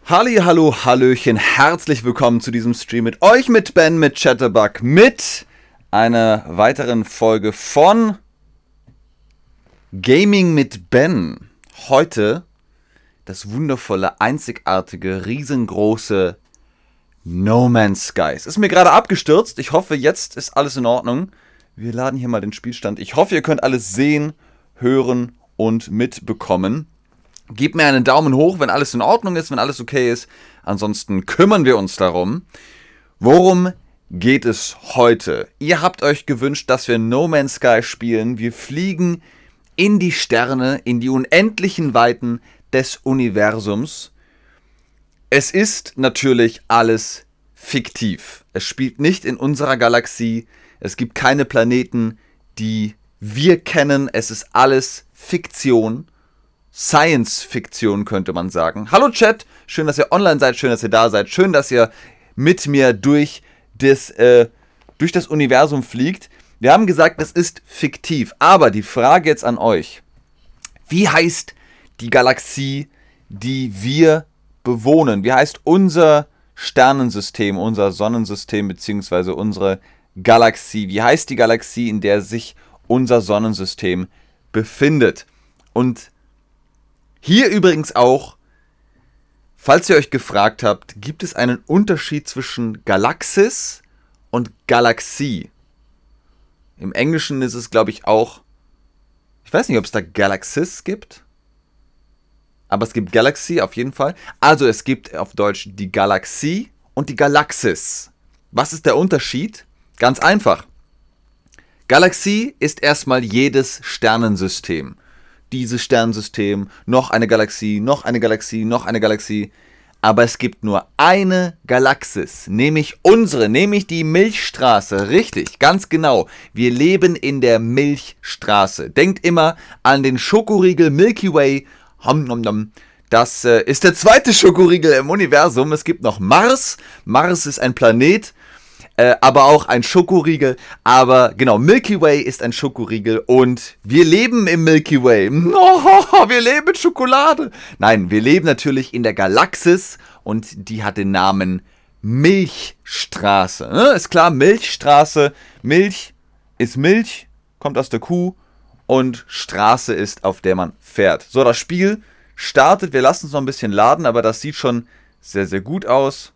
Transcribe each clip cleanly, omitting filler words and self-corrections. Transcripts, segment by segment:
Halli, hallo, hallöchen, herzlich willkommen zu diesem Stream mit euch, mit Ben, mit Chatterbug, mit einer weiteren Folge von Gaming mit Ben. Heute das wundervolle, einzigartige, riesengroße No Man's Sky. Es ist mir gerade abgestürzt, ich hoffe, jetzt ist alles in Ordnung. Wir laden hier mal den Spielstand. Ich hoffe, ihr könnt alles sehen, hören und mitbekommen. Gebt mir einen Daumen hoch, wenn alles in Ordnung ist, wenn alles okay ist. Ansonsten kümmern wir uns darum. Worum geht es heute? Ihr habt euch gewünscht, dass wir No Man's Sky spielen. Wir fliegen in die Sterne, in die unendlichen Weiten des Universums. Es ist natürlich alles fiktiv. Es spielt nicht in unserer Galaxie. Es gibt keine Planeten, die wir kennen. Es ist alles Fiktion. Science-Fiktion könnte man sagen. Hallo Chat, schön, dass ihr online seid, schön, dass ihr da seid, schön, dass ihr mit mir durch das Universum fliegt. Wir haben gesagt, es ist fiktiv, aber die Frage jetzt an euch, wie heißt die Galaxie, die wir bewohnen? Wie heißt unser Sternensystem, unser Sonnensystem bzw. unsere Galaxie? Wie heißt die Galaxie, in der sich unser Sonnensystem befindet? Und hier übrigens auch, falls ihr euch gefragt habt, gibt es einen Unterschied zwischen Galaxis und Galaxie? Im Englischen ist es, glaube ich, auch, ich weiß nicht, ob es da Galaxis gibt, aber es gibt Galaxy auf jeden Fall. Also es gibt auf Deutsch die Galaxie und die Galaxis. Was ist der Unterschied? Ganz einfach. Galaxie ist erstmal jedes Sternensystem. Dieses Sternensystem, noch eine Galaxie, noch eine Galaxie, noch eine Galaxie. Aber es gibt nur eine Galaxis, nämlich unsere, nämlich die Milchstraße. Richtig, ganz genau. Wir leben in der Milchstraße. Denkt immer an den Schokoriegel Milky Way. Das ist der zweite Schokoriegel im Universum. Es gibt noch Mars. Mars ist ein Planet. Aber auch ein Schokoriegel, aber genau, Milky Way ist ein Schokoriegel und wir leben im Milky Way. Oh, wir leben mit Schokolade. Nein, wir leben natürlich in der Galaxis und die hat den Namen Milchstraße. Ist klar, Milchstraße, Milch ist Milch, kommt aus der Kuh und Straße ist, auf der man fährt. So, das Spiel startet, wir lassen es noch ein bisschen laden, aber das sieht schon sehr, sehr gut aus.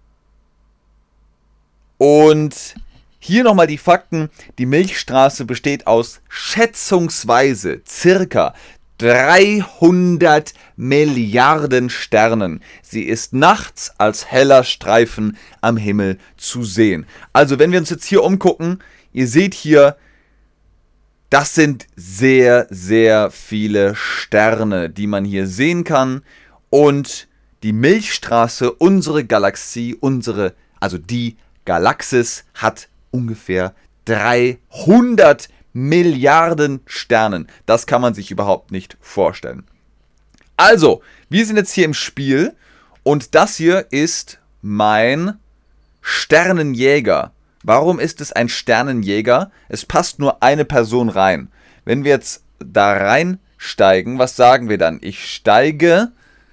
Und hier nochmal die Fakten. Die Milchstraße besteht aus schätzungsweise circa 300 Milliarden Sternen. Sie ist nachts als heller Streifen am Himmel zu sehen. Also wenn wir uns jetzt hier umgucken, ihr seht hier, das sind sehr, sehr viele Sterne, die man hier sehen kann. Und die Milchstraße, unsere Galaxie, also die Galaxis hat ungefähr 300 Milliarden Sternen. Das kann man sich überhaupt nicht vorstellen. Also, wir sind jetzt hier im Spiel und das hier ist mein Sternenjäger. Warum ist es ein Sternenjäger? Es passt nur eine Person rein. Wenn wir jetzt da reinsteigen, was sagen wir dann? Ich steige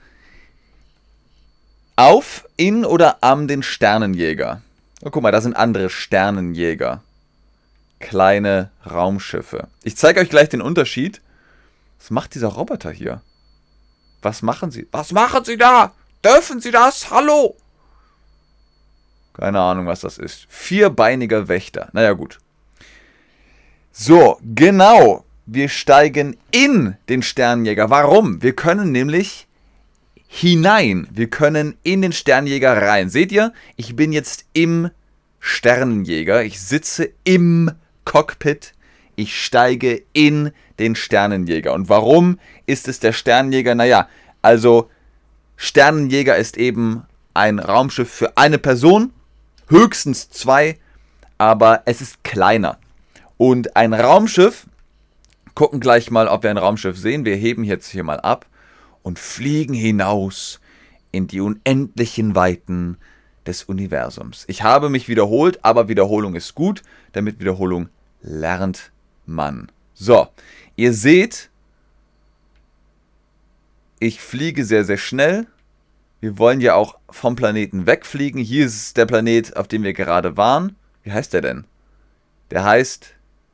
auf, in oder am den Sternenjäger. Oh, guck mal, da sind andere Sternenjäger. Kleine Raumschiffe. Ich zeige euch gleich den Unterschied. Was macht dieser Roboter hier? Was machen Sie? Was machen Sie da? Dürfen Sie das? Hallo? Keine Ahnung, was das ist. Vierbeiniger Wächter. Naja, gut. So, genau. Wir steigen in den Sternenjäger. Warum? Wir können nämlich hinein. Wir können in den Sternenjäger rein. Seht ihr? Ich bin jetzt im Sternenjäger. Ich sitze im Cockpit. Ich steige in den Sternenjäger. Und warum ist es der Sternenjäger? Naja, also Sternenjäger ist eben ein Raumschiff für eine Person. Höchstens 2. Aber es ist kleiner. Und ein Raumschiff, gucken gleich mal, ob wir ein Raumschiff sehen. Wir heben jetzt hier mal ab und fliegen hinaus in die unendlichen Weiten des Universums. Ich habe mich wiederholt, aber Wiederholung ist gut, damit Wiederholung lernt man. So, ihr seht, ich fliege sehr, sehr schnell. Wir wollen ja auch vom Planeten wegfliegen. Hier ist der Planet, auf dem wir gerade waren. Wie heißt der denn? Der heißt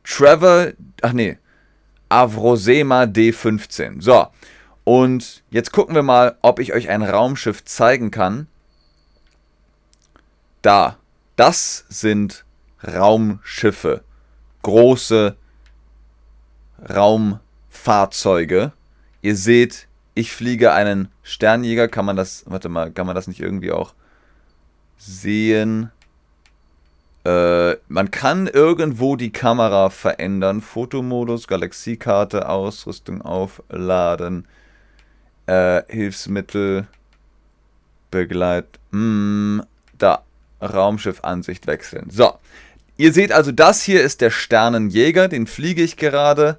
Avrosema D15. So, und jetzt gucken wir mal, ob ich euch ein Raumschiff zeigen kann. Da, das sind Raumschiffe. Große Raumfahrzeuge. Ihr seht, ich fliege einen Sternjäger. Kann man das, warte mal, kann man das nicht irgendwie auch sehen? Man kann irgendwo die Kamera verändern. Fotomodus, Galaxiekarte, Ausrüstung aufladen, Hilfsmittel, da, Raumschiff-Ansicht wechseln. So, ihr seht also, das hier ist der Sternenjäger, den fliege ich gerade.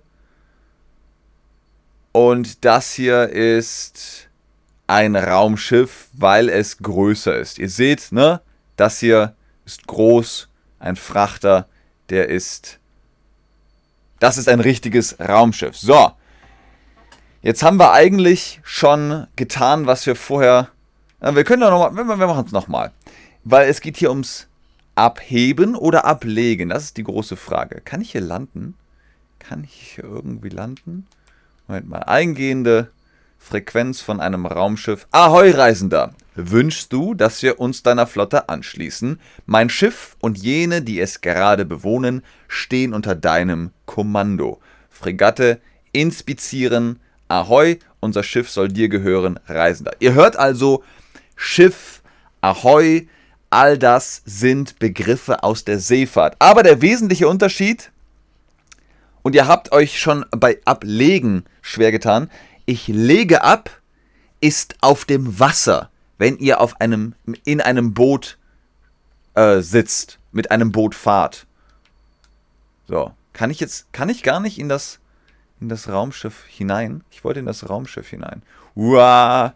Und das hier ist ein Raumschiff, weil es größer ist. Ihr seht, ne, das hier ist groß. Ein Frachter, das ist ein richtiges Raumschiff. So, jetzt haben wir eigentlich schon getan, was wir vorher, wir können doch nochmal, wir machen es nochmal. Weil es geht hier ums Abheben oder Ablegen, das ist die große Frage. Kann ich hier landen? Kann ich hier irgendwie landen? Moment mal, eingehende Frequenz von einem Raumschiff. Ahoi, Reisender! Wünschst du, dass wir uns deiner Flotte anschließen? Mein Schiff und jene, die es gerade bewohnen, stehen unter deinem Kommando. Fregatte inspizieren. Ahoi, unser Schiff soll dir gehören, Reisender. Ihr hört also, Schiff, Ahoi, all das sind Begriffe aus der Seefahrt. Aber der wesentliche Unterschied, und ihr habt euch schon bei Ablegen schwer getan, ich lege ab, ist auf dem Wasser. Wenn ihr in einem Boot sitzt, mit einem Boot fahrt. So, kann ich gar nicht in das Raumschiff hinein? Ich wollte in das Raumschiff hinein. Uah.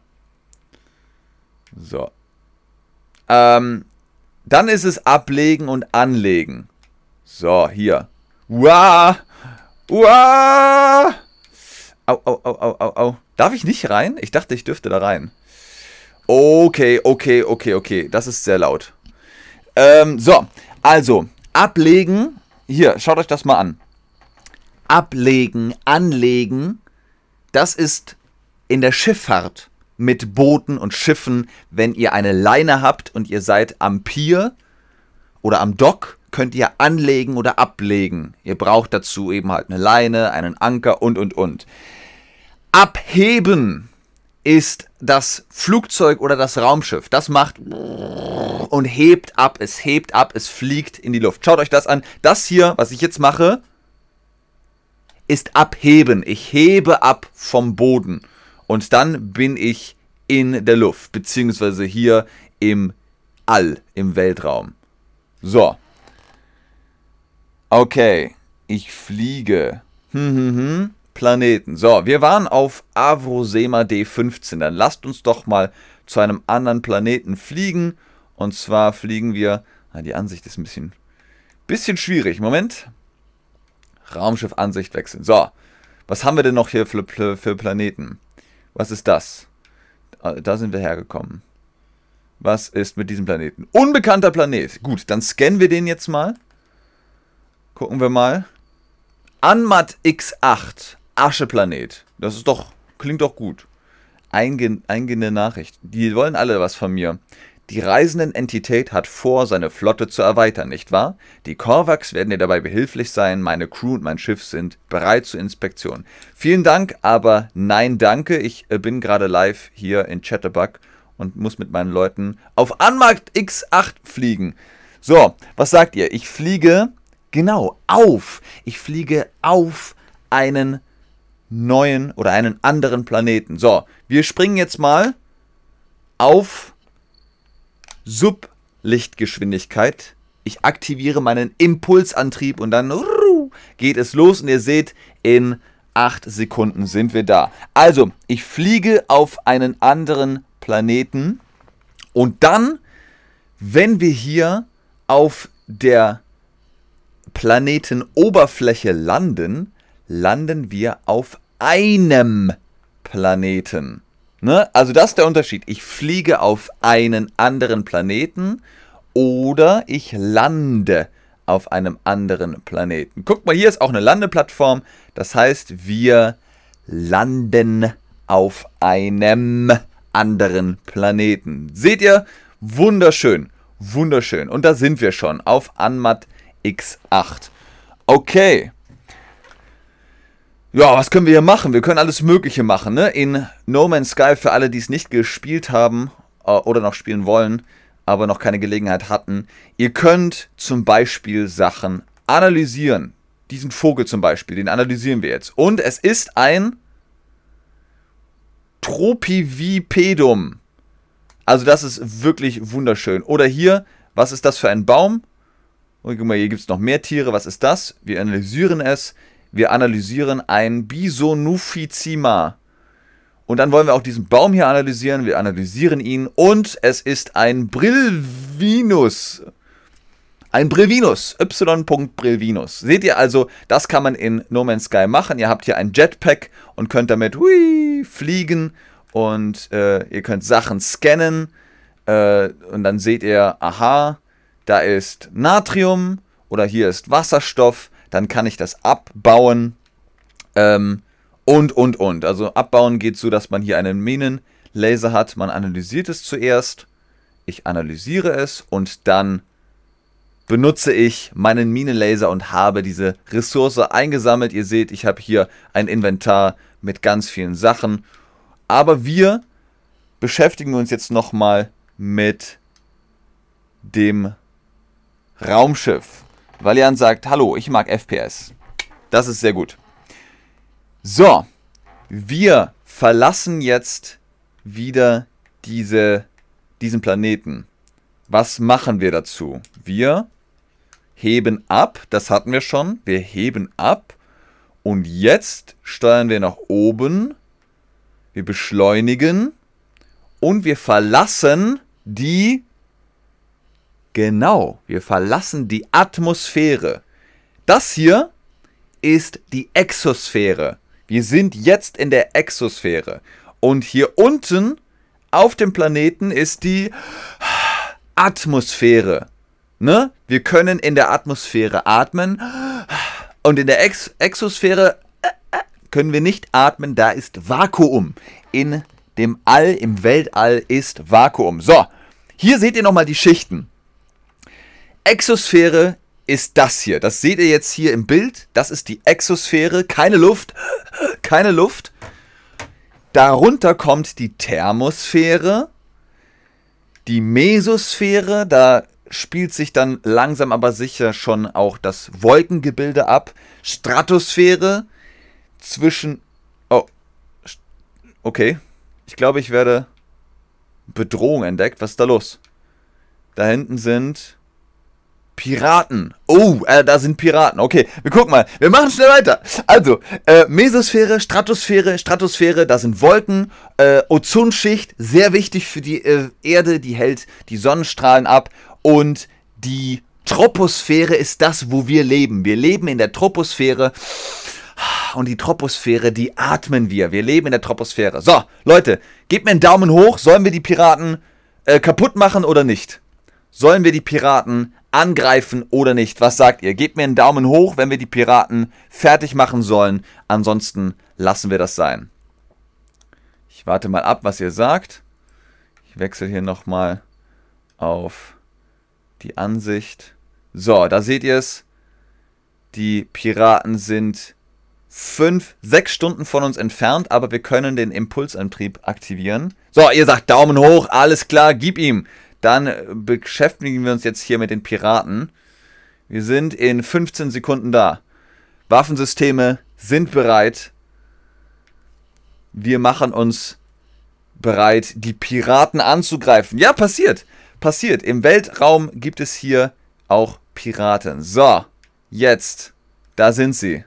So. Dann ist es ablegen und anlegen. So, hier. Uah. Uah. Au, au, au, au, au, au. Darf ich nicht rein? Ich dachte, ich dürfte da rein. Okay. Das ist sehr laut. So, also, ablegen. Hier, schaut euch das mal an. Ablegen, anlegen. Das ist in der Schifffahrt mit Booten und Schiffen, wenn ihr eine Leine habt und ihr seid am Pier oder am Dock, könnt ihr anlegen oder ablegen. Ihr braucht dazu eben halt eine Leine, einen Anker und. Abheben ist das Flugzeug oder das Raumschiff. Das macht und hebt ab, es fliegt in die Luft. Schaut euch das an. Das hier, was ich jetzt mache, ist abheben. Ich hebe ab vom Boden und dann bin ich in der Luft, beziehungsweise hier im All, im Weltraum. So. Okay, ich fliege. Planeten. So, wir waren auf Avrosema D15. Dann lasst uns doch mal zu einem anderen Planeten fliegen. Und zwar fliegen wir... die Ansicht ist ein bisschen schwierig. Moment. Raumschiff Ansicht wechseln. So, was haben wir denn noch hier für Planeten? Was ist das? Da sind wir hergekommen. Was ist mit diesem Planeten? Unbekannter Planet. Gut, dann scannen wir den jetzt mal. Gucken wir mal. Anmat X8. Ascheplanet. Das ist doch, klingt doch gut. Eingehende Nachricht. Die wollen alle was von mir. Die reisenden Entität hat vor, seine Flotte zu erweitern, nicht wahr? Die Korvax werden dir dabei behilflich sein. Meine Crew und mein Schiff sind bereit zur Inspektion. Vielen Dank, aber nein, danke. Ich bin gerade live hier in Chatterbug und muss mit meinen Leuten auf Anmarkt X8 fliegen. So, was sagt ihr? Ich fliege, genau, auf. Ich fliege auf einen neuen oder einen anderen Planeten. So, wir springen jetzt mal auf Sublichtgeschwindigkeit. Ich aktiviere meinen Impulsantrieb und dann geht es los und ihr seht, in 8 Sekunden sind wir da. Also, ich fliege auf einen anderen Planeten und dann, wenn wir hier auf der Planetenoberfläche landen, landen wir auf einem Planeten. Ne? Also das ist der Unterschied. Ich fliege auf einen anderen Planeten oder ich lande auf einem anderen Planeten. Guckt mal, hier ist auch eine Landeplattform. Das heißt, wir landen auf einem anderen Planeten. Seht ihr? Wunderschön. Wunderschön. Und da sind wir schon auf Anmat X8. Okay. Ja, was können wir hier machen? Wir können alles Mögliche machen, ne? In No Man's Sky, für alle, die es nicht gespielt haben oder noch spielen wollen, aber noch keine Gelegenheit hatten. Ihr könnt zum Beispiel Sachen analysieren. Diesen Vogel zum Beispiel, den analysieren wir jetzt. Und es ist ein Tropivipedum. Also das ist wirklich wunderschön. Oder hier, was ist das für ein Baum? Und guck mal, hier gibt es noch mehr Tiere. Was ist das? Wir analysieren es. Wir analysieren ein Bisonuffiziema. Und dann wollen wir auch diesen Baum hier analysieren. Wir analysieren ihn. Und es ist ein Brilvinus. Ein Brilvinus. Y.Brilvinus. Seht ihr also, das kann man in No Man's Sky machen. Ihr habt hier ein Jetpack und könnt damit fliegen. Und ihr könnt Sachen scannen. Und dann seht ihr, aha, da ist Natrium. Oder hier ist Wasserstoff. Dann kann ich das abbauen. Und. Also abbauen geht so, dass man hier einen Minenlaser hat. Man analysiert es zuerst. Ich analysiere es und dann benutze ich meinen Minenlaser und habe diese Ressource eingesammelt. Ihr seht, ich habe hier ein Inventar mit ganz vielen Sachen. Aber wir beschäftigen uns jetzt nochmal mit dem Raumschiff. Valiant sagt, hallo, ich mag FPS. Das ist sehr gut. So, wir verlassen jetzt wieder diesen Planeten. Was machen wir dazu? Wir heben ab, das hatten wir schon. Wir heben ab und jetzt steuern wir nach oben. Wir beschleunigen und wir verlassen die... Genau, wir verlassen die Atmosphäre. Das hier ist die Exosphäre. Wir sind jetzt in der Exosphäre. Und hier unten auf dem Planeten ist die Atmosphäre. Ne? Wir können in der Atmosphäre atmen. Und in der Exosphäre können wir nicht atmen. Da ist Vakuum. In dem All, im Weltall ist Vakuum. So, hier seht ihr nochmal die Schichten. Exosphäre ist das hier. Das seht ihr jetzt hier im Bild. Das ist die Exosphäre. Keine Luft. Keine Luft. Darunter kommt die Thermosphäre. Die Mesosphäre. Da spielt sich dann langsam aber sicher schon auch das Wolkengebilde ab. Stratosphäre. Zwischen... Oh. Okay. Ich glaube, ich werde Bedrohung entdeckt. Was ist da los? Da hinten sind... Piraten. Oh, da sind Piraten. Okay, wir gucken mal. Wir machen schnell weiter. Also, Mesosphäre, Stratosphäre, da sind Wolken. Ozonschicht, sehr wichtig für die Erde, die hält die Sonnenstrahlen ab. Und die Troposphäre ist das, wo wir leben. Wir leben in der Troposphäre. Und die Troposphäre, die atmen wir. Wir leben in der Troposphäre. So, Leute, gebt mir einen Daumen hoch. Sollen wir die Piraten kaputt machen oder nicht? Sollen wir die Piraten angreifen oder nicht? Was sagt ihr? Gebt mir einen Daumen hoch, wenn wir die Piraten fertig machen sollen. Ansonsten lassen wir das sein. Ich warte mal ab, was ihr sagt. Ich wechsle hier nochmal auf die Ansicht. So, da seht ihr es. Die Piraten sind 6 Stunden von uns entfernt, aber wir können den Impulsantrieb aktivieren. So, ihr sagt Daumen hoch, alles klar, gib ihm. Dann beschäftigen wir uns jetzt hier mit den Piraten. Wir sind in 15 Sekunden da. Waffensysteme sind bereit. Wir machen uns bereit, die Piraten anzugreifen. Ja, passiert. Passiert. Im Weltraum gibt es hier auch Piraten. So, jetzt. Da sind sie.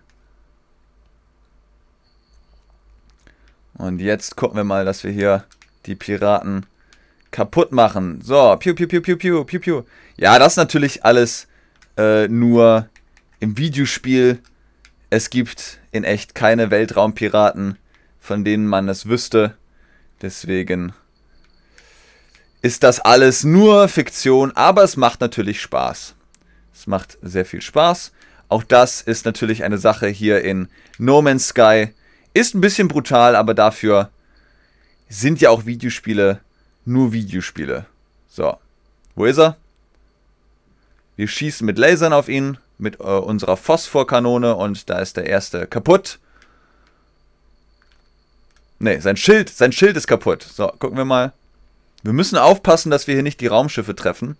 Und jetzt gucken wir mal, dass wir hier die Piraten kaputt machen. So, piu, piu, piu, piu, piu, piu, piu. Ja, das ist natürlich alles nur im Videospiel. Es gibt in echt keine Weltraumpiraten, von denen man es wüsste. Deswegen ist das alles nur Fiktion, aber es macht natürlich Spaß. Es macht sehr viel Spaß. Auch das ist natürlich eine Sache hier in No Man's Sky. Ist ein bisschen brutal, aber dafür sind ja auch Videospiele nur Videospiele. So, wo ist er? Wir schießen mit Lasern auf ihn, mit unserer Phosphorkanone und da ist der erste kaputt. Ne, sein Schild ist kaputt. So, gucken wir mal. Wir müssen aufpassen, dass wir hier nicht die Raumschiffe treffen.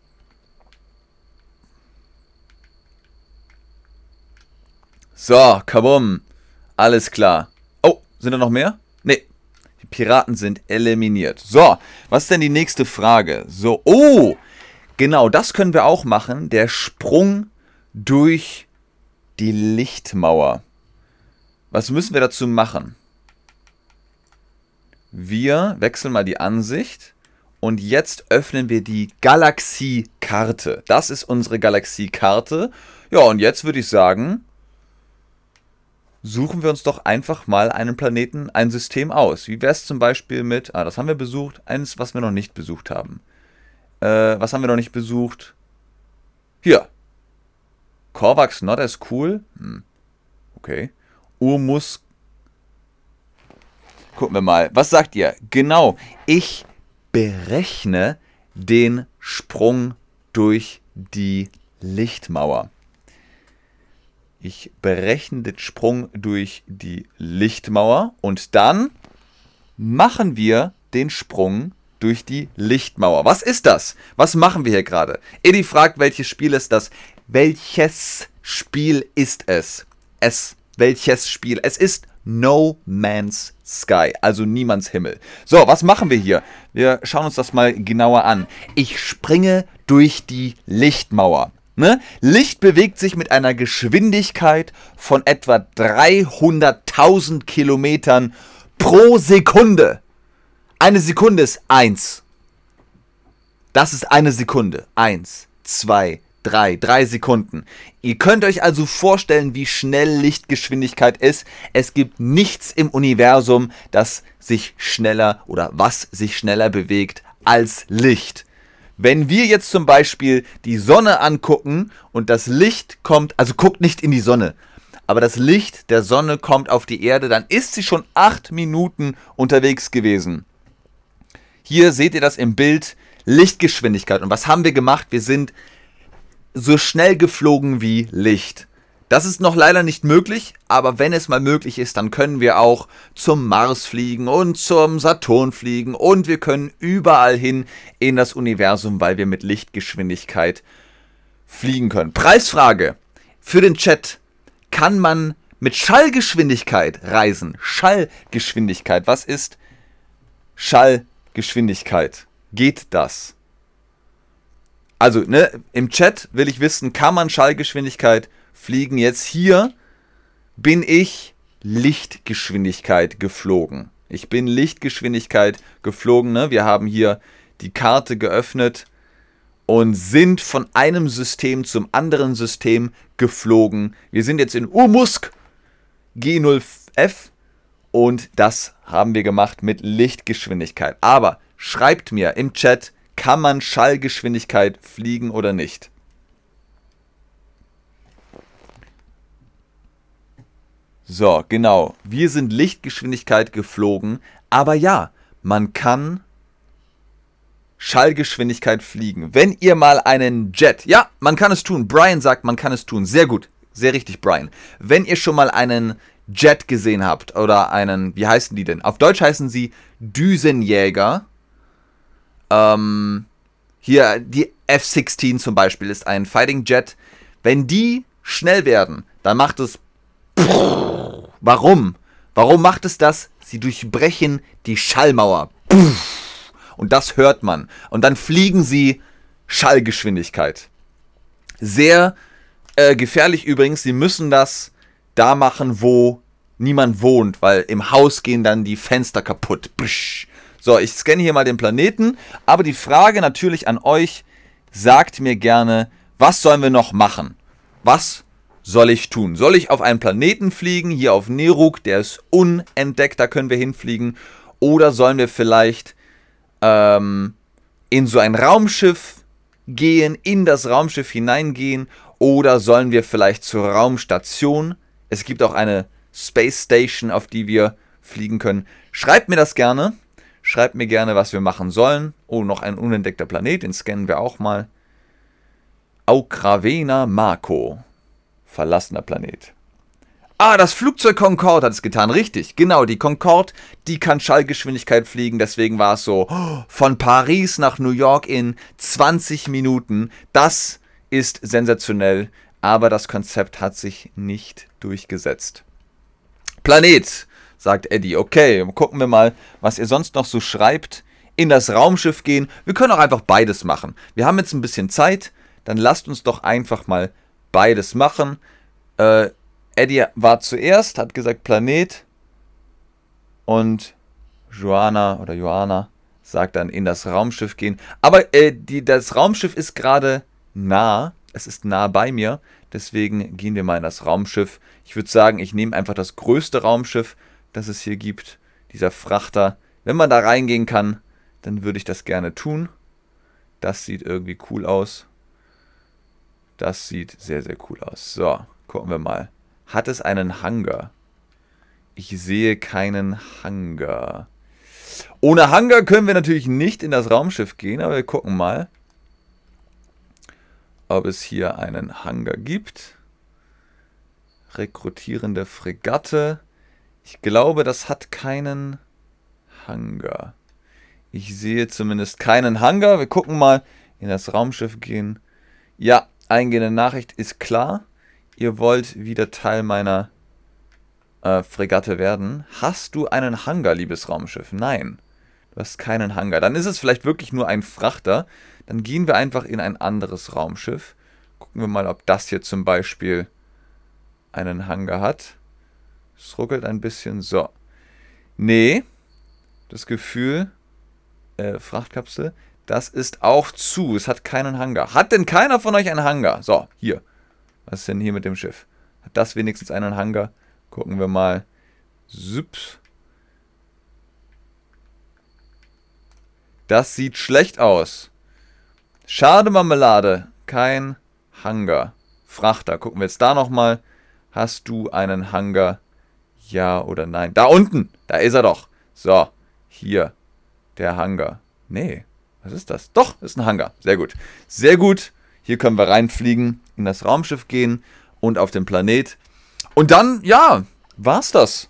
So, kabum. Alles klar. Oh, sind da noch mehr? Ne, die Piraten sind eliminiert. So, was ist denn die nächste Frage? So, oh, genau, das können wir auch machen. Der Sprung durch die Lichtmauer. Was müssen wir dazu machen? Wir wechseln mal die Ansicht und jetzt öffnen wir die Galaxiekarte. Das ist unsere Galaxiekarte. Ja, und jetzt würde ich sagen, suchen wir uns doch einfach mal einen Planeten, ein System aus. Wie wäre es zum Beispiel mit, das haben wir besucht, eins, was wir noch nicht besucht haben. Was haben wir noch nicht besucht? Hier. Korvax not as cool. Okay. Urmus. Gucken wir mal. Was sagt ihr? Genau. Ich berechne den Sprung durch die Lichtmauer. Ich berechne den Sprung durch die Lichtmauer und dann machen wir den Sprung durch die Lichtmauer. Was ist das? Was machen wir hier gerade? Eddie fragt, welches Spiel ist das? Welches Spiel ist es? Welches Spiel? Es ist No Man's Sky, also Niemands Himmel. So, was machen wir hier? Wir schauen uns das mal genauer an. Ich springe durch die Lichtmauer. Ne? Licht bewegt sich mit einer Geschwindigkeit von etwa 300.000 Kilometern pro Sekunde. Eine Sekunde ist 1. Das ist eine Sekunde. 1, 2, 3 Sekunden. Ihr könnt euch also vorstellen, wie schnell Lichtgeschwindigkeit ist. Es gibt nichts im Universum, das sich schneller oder was sich schneller bewegt als Licht. Wenn wir jetzt zum Beispiel die Sonne angucken und das Licht kommt, also guckt nicht in die Sonne, aber das Licht der Sonne kommt auf die Erde, dann ist sie schon 8 Minuten unterwegs gewesen. Hier seht ihr das im Bild, Lichtgeschwindigkeit. Und was haben wir gemacht? Wir sind so schnell geflogen wie Licht. Das ist noch leider nicht möglich, aber wenn es mal möglich ist, dann können wir auch zum Mars fliegen und zum Saturn fliegen und wir können überall hin in das Universum, weil wir mit Lichtgeschwindigkeit fliegen können. Preisfrage für den Chat. Kann man mit Schallgeschwindigkeit reisen? Schallgeschwindigkeit. Was ist Schallgeschwindigkeit? Geht das? Also, ne, im Chat will ich wissen, kann man Schallgeschwindigkeit fliegen? Jetzt hier bin ich Lichtgeschwindigkeit geflogen. Ich bin Lichtgeschwindigkeit geflogen, ne? Wir haben hier die Karte geöffnet und sind von einem System zum anderen System geflogen. Wir sind jetzt in Urmusk G0F und das haben wir gemacht mit Lichtgeschwindigkeit. Aber schreibt mir im Chat, kann man Schallgeschwindigkeit fliegen oder nicht? So, genau. Wir sind Lichtgeschwindigkeit geflogen. Aber ja, man kann Schallgeschwindigkeit fliegen. Wenn ihr mal einen Jet... Ja, man kann es tun. Brian sagt, man kann es tun. Sehr gut. Sehr richtig, Brian. Wenn ihr schon mal einen Jet gesehen habt oder einen... Wie heißen die denn? Auf Deutsch heißen sie Düsenjäger. Hier die F-16 zum Beispiel ist ein Fighting Jet. Wenn die schnell werden, dann macht es... Warum? Warum macht es das? Sie durchbrechen die Schallmauer. Und das hört man. Und dann fliegen sie Schallgeschwindigkeit. Sehr gefährlich übrigens. Sie müssen das da machen, wo niemand wohnt, weil im Haus gehen dann die Fenster kaputt. So, ich scanne hier mal den Planeten. Aber die Frage natürlich an euch, sagt mir gerne, was sollen wir noch machen? Was soll ich tun? Soll ich auf einen Planeten fliegen? Hier auf Neruk, der ist unentdeckt, da können wir hinfliegen. Oder sollen wir vielleicht in so ein Raumschiff gehen, in das Raumschiff hineingehen? Oder sollen wir vielleicht zur Raumstation? Es gibt auch eine Space Station, auf die wir fliegen können. Schreibt mir das gerne. Schreibt mir gerne, was wir machen sollen. Oh, noch ein unentdeckter Planet, den scannen wir auch mal. Aukravena Mako. Verlassener Planet. Ah, das Flugzeug Concorde hat es getan, richtig. Genau, die Concorde, die kann Schallgeschwindigkeit fliegen. Deswegen war es so, von Paris nach New York in 20 Minuten. Das ist sensationell, aber das Konzept hat sich nicht durchgesetzt. Planet, sagt Eddie. Okay, gucken wir mal, was ihr sonst noch so schreibt. In das Raumschiff gehen. Wir können auch einfach beides machen. Wir haben jetzt ein bisschen Zeit. Dann lasst uns doch einfach mal beides machen. Eddie war zuerst, hat gesagt Planet. Und Joanna sagt dann in das Raumschiff gehen. Aber das Raumschiff ist gerade nah. Es ist nah bei mir. Deswegen gehen wir mal in das Raumschiff. Ich würde sagen, ich nehme einfach das größte Raumschiff, das es hier gibt. Dieser Frachter. Wenn man da reingehen kann, dann würde ich das gerne tun. Das sieht irgendwie cool aus. Das sieht sehr, sehr cool aus. So, gucken wir mal. Hat es einen Hangar? Ich sehe keinen Hangar. Ohne Hangar können wir natürlich nicht in das Raumschiff gehen, aber wir gucken mal, ob es hier einen Hangar gibt. Rekrutierende Fregatte. Ich glaube, das hat keinen Hangar. Ich sehe zumindest keinen Hangar. Wir gucken mal, in das Raumschiff gehen. Ja, eingehende Nachricht ist klar. Ihr wollt wieder Teil meiner Fregatte werden. Hast du einen Hangar, liebes Raumschiff? Nein, du hast keinen Hangar. Dann ist es vielleicht wirklich nur ein Frachter. Dann gehen wir einfach in ein anderes Raumschiff. Gucken wir mal, ob das hier zum Beispiel einen Hangar hat. Es ruckelt ein bisschen. So. Nee. Das Gefühl, Frachtkapsel, das ist auch zu. Es hat keinen Hangar. Hat denn keiner von euch einen Hangar? So, hier. Was ist denn hier mit dem Schiff? Hat das wenigstens einen Hangar? Gucken wir mal. Süps. Das sieht schlecht aus. Schade Marmelade. Kein Hangar. Frachter. Gucken wir jetzt da nochmal. Hast du einen Hangar? Ja oder nein? Da unten. Da ist er doch. So. Hier. Der Hangar. Nee. Was ist das? Doch, ist ein Hangar. Sehr gut. Sehr gut. Hier können wir reinfliegen, in das Raumschiff gehen und auf den Planet. Und dann, ja, war's das.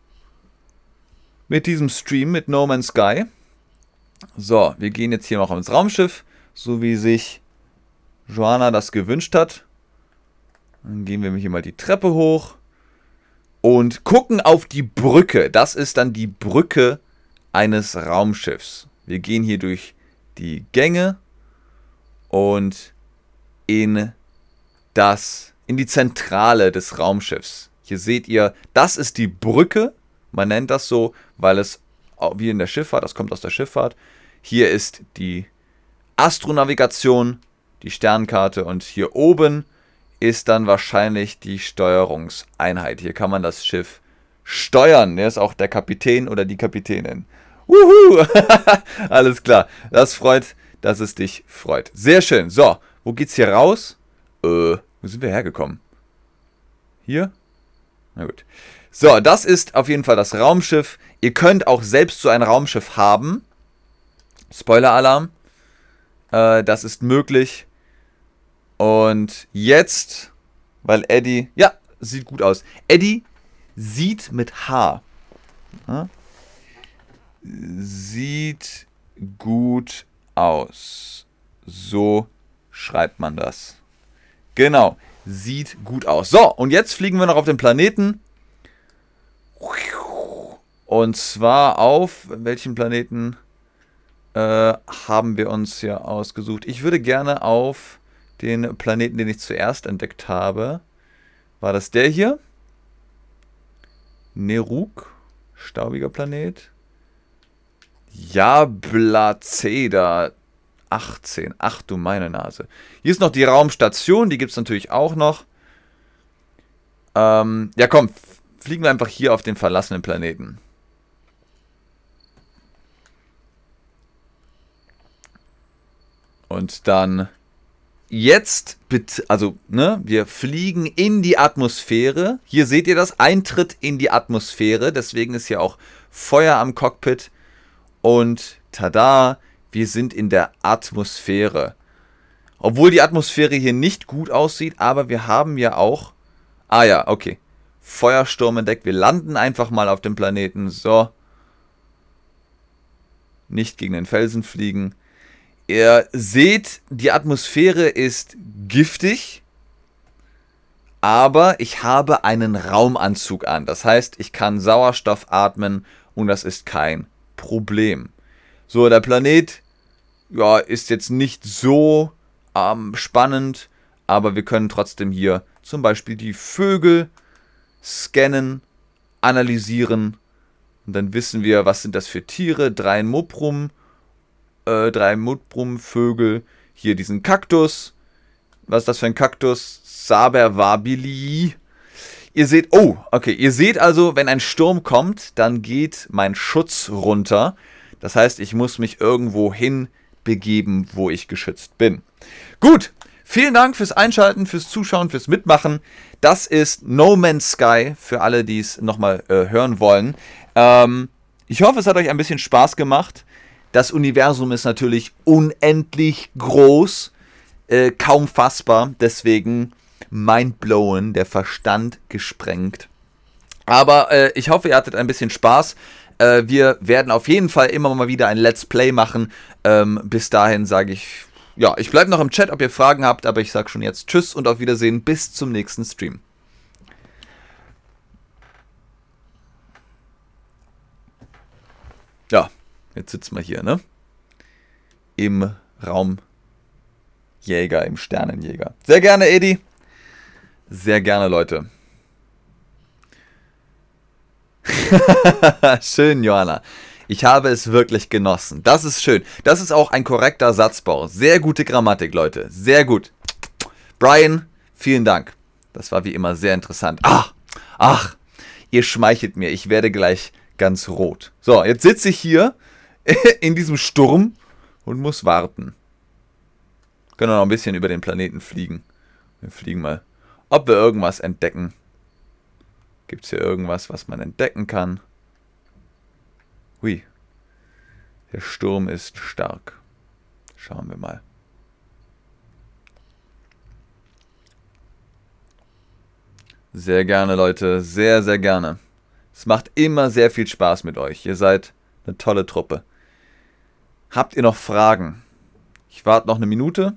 Mit diesem Stream mit No Man's Sky. So, wir gehen jetzt hier noch ins Raumschiff, so wie sich Joanna das gewünscht hat. Dann gehen wir hier mal die Treppe hoch und gucken auf die Brücke. Das ist dann die Brücke eines Raumschiffs. Wir gehen hier durch die Gänge und in die Zentrale des Raumschiffs. Hier seht ihr, das ist die Brücke. Man nennt das so, weil es wie in der Schifffahrt, das kommt aus der Schifffahrt. Hier ist die Astronavigation, die Sternkarte und hier oben ist dann wahrscheinlich die Steuerungseinheit. Hier kann man das Schiff steuern. Der ist auch der Kapitän oder die Kapitänin. Wuhu! Alles klar. Das freut, dass es dich freut. Sehr schön. So, wo geht's hier raus? Wo sind wir hergekommen? Hier? Na gut. So, das ist auf jeden Fall das Raumschiff. Ihr könnt auch selbst so ein Raumschiff haben. Spoiler-Alarm. Das ist möglich. Und jetzt, weil Eddie... Ja, sieht gut aus. Eddie sieht mit H. Ja? Sieht gut aus. So schreibt man das. Genau. Sieht gut aus. So, und jetzt fliegen wir noch auf den Planeten. Und zwar auf welchen Planeten haben wir uns hier ausgesucht? Ich würde gerne auf den Planeten, den ich zuerst entdeckt habe. War das der hier? Neruk. Staubiger Planet. Jablaceda 18. Ach du meine Nase. Hier ist noch die Raumstation. Die gibt es natürlich auch noch. Ja komm, fliegen wir einfach hier auf den verlassenen Planeten. Und dann jetzt, also, ne, wir fliegen in die Atmosphäre. Hier seht ihr das, Eintritt in die Atmosphäre. Deswegen ist hier auch Feuer am Cockpit. Und tada, wir sind in der Atmosphäre. Obwohl die Atmosphäre hier nicht gut aussieht, aber wir haben ja auch... Ah ja, okay. Feuersturm entdeckt. Wir landen einfach mal auf dem Planeten. So. Nicht gegen den Felsen fliegen. Ihr seht, die Atmosphäre ist giftig. Aber ich habe einen Raumanzug an. Das heißt, ich kann Sauerstoff atmen und das ist kein Problem. So, der Planet ja, ist jetzt nicht so spannend, aber wir können trotzdem hier zum Beispiel die Vögel scannen, analysieren und dann wissen wir, was sind das für Tiere. Drei Mutbrumvögel, hier diesen Kaktus. Was ist das für ein Kaktus? Saberwabili. Ihr seht, oh, okay, ihr seht also, wenn ein Sturm kommt, dann geht mein Schutz runter. Das heißt, ich muss mich irgendwo hin begeben, wo ich geschützt bin. Gut, vielen Dank fürs Einschalten, fürs Zuschauen, fürs Mitmachen. Das ist No Man's Sky, für alle, die es nochmal hören wollen. Ich hoffe, es hat euch ein bisschen Spaß gemacht. Das Universum ist natürlich unendlich groß, kaum fassbar, deswegen mindblown, der Verstand gesprengt. Aber ich hoffe, ihr hattet ein bisschen Spaß. Wir werden auf jeden Fall immer mal wieder ein Let's Play machen. Bis dahin sage ich, ja, ich bleibe noch im Chat, ob ihr Fragen habt, aber ich sage schon jetzt Tschüss und auf Wiedersehen, bis zum nächsten Stream. Ja, jetzt sitzen wir hier, ne? Im Raumjäger, im Sternenjäger. Sehr gerne, Edi. Sehr gerne, Leute. Schön, Johanna. Ich habe es wirklich genossen. Das ist schön. Das ist auch ein korrekter Satzbau. Sehr gute Grammatik, Leute. Sehr gut. Brian, vielen Dank. Das war wie immer sehr interessant. Ach, ihr schmeichelt mir. Ich werde gleich ganz rot. So, jetzt sitze ich hier in diesem Sturm und muss warten. Können wir noch ein bisschen über den Planeten fliegen. Wir fliegen mal. Ob wir irgendwas entdecken. Gibt es hier irgendwas, was man entdecken kann? Hui. Der Sturm ist stark. Schauen wir mal. Sehr gerne, Leute. Sehr, sehr gerne. Es macht immer sehr viel Spaß mit euch. Ihr seid eine tolle Truppe. Habt ihr noch Fragen? Ich warte noch eine Minute.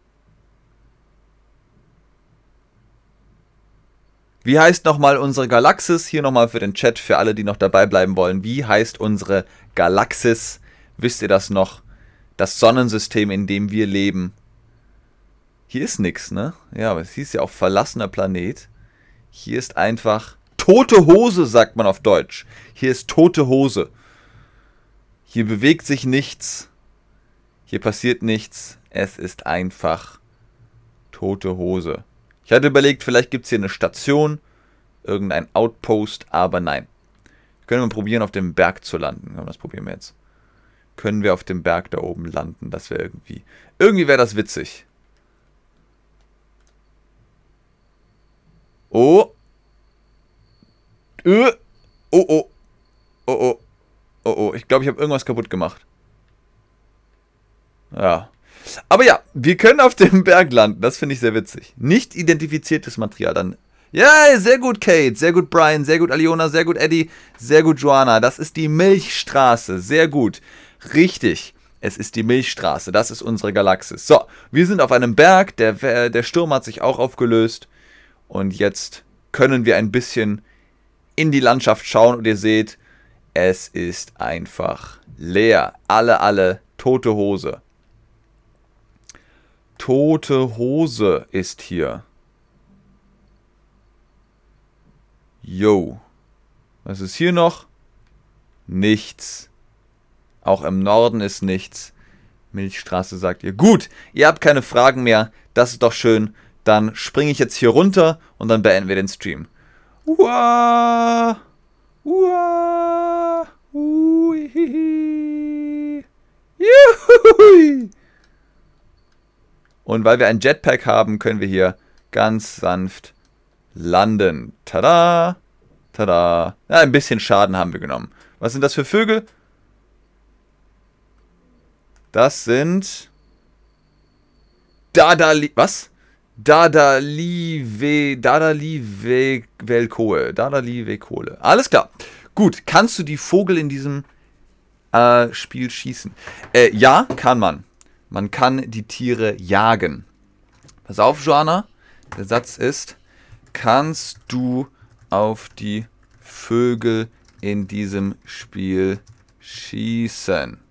Wie heißt nochmal unsere Galaxis? Hier nochmal für den Chat, für alle, die noch dabei bleiben wollen. Wie heißt unsere Galaxis? Wisst ihr das noch? Das Sonnensystem, in dem wir leben. Hier ist nichts, ne? Ja, aber es hieß ja auch verlassener Planet. Hier ist einfach tote Hose, sagt man auf Deutsch. Hier ist tote Hose. Hier bewegt sich nichts. Hier passiert nichts. Es ist einfach tote Hose. Ich hatte überlegt, vielleicht gibt es hier eine Station, irgendein Outpost, aber nein. Können wir probieren, auf dem Berg zu landen. Das probieren wir jetzt. Können wir auf dem Berg da oben landen? Das wäre irgendwie... Irgendwie wäre das witzig. Oh. Oh, oh. Oh, oh. Oh, oh. Ich glaube, ich habe irgendwas kaputt gemacht. Ja. Aber ja, wir können auf dem Berg landen. Das finde ich sehr witzig. Nicht identifiziertes Material. Dann. Ja, sehr gut, Kate. Sehr gut, Brian. Sehr gut, Aliona. Sehr gut, Eddie. Sehr gut, Joanna. Das ist die Milchstraße. Sehr gut. Richtig. Es ist die Milchstraße. Das ist unsere Galaxis. So, wir sind auf einem Berg. Der Sturm hat sich auch aufgelöst. Und jetzt können wir ein bisschen in die Landschaft schauen. Und ihr seht, es ist einfach leer. Alle tote Hose. Tote Hose ist hier. Yo. Was ist hier noch? Nichts. Auch im Norden ist nichts. Milchstraße sagt ihr. Gut, ihr habt keine Fragen mehr. Das ist doch schön. Dann springe ich jetzt hier runter und dann beenden wir den Stream. Uah. Uah. Uihihi. Juhui. Und weil wir ein Jetpack haben, können wir hier ganz sanft landen. Tada! Tada! Ja, ein bisschen Schaden haben wir genommen. Was sind das für Vögel? Das sind... Was? Dadalivekohle. Alles klar. Gut, kannst du die Vogel in diesem Spiel schießen? Ja, kann man. Man kann die Tiere jagen. Pass auf, Joanna. Der Satz ist, kannst du auf die Vögel in diesem Spiel schießen?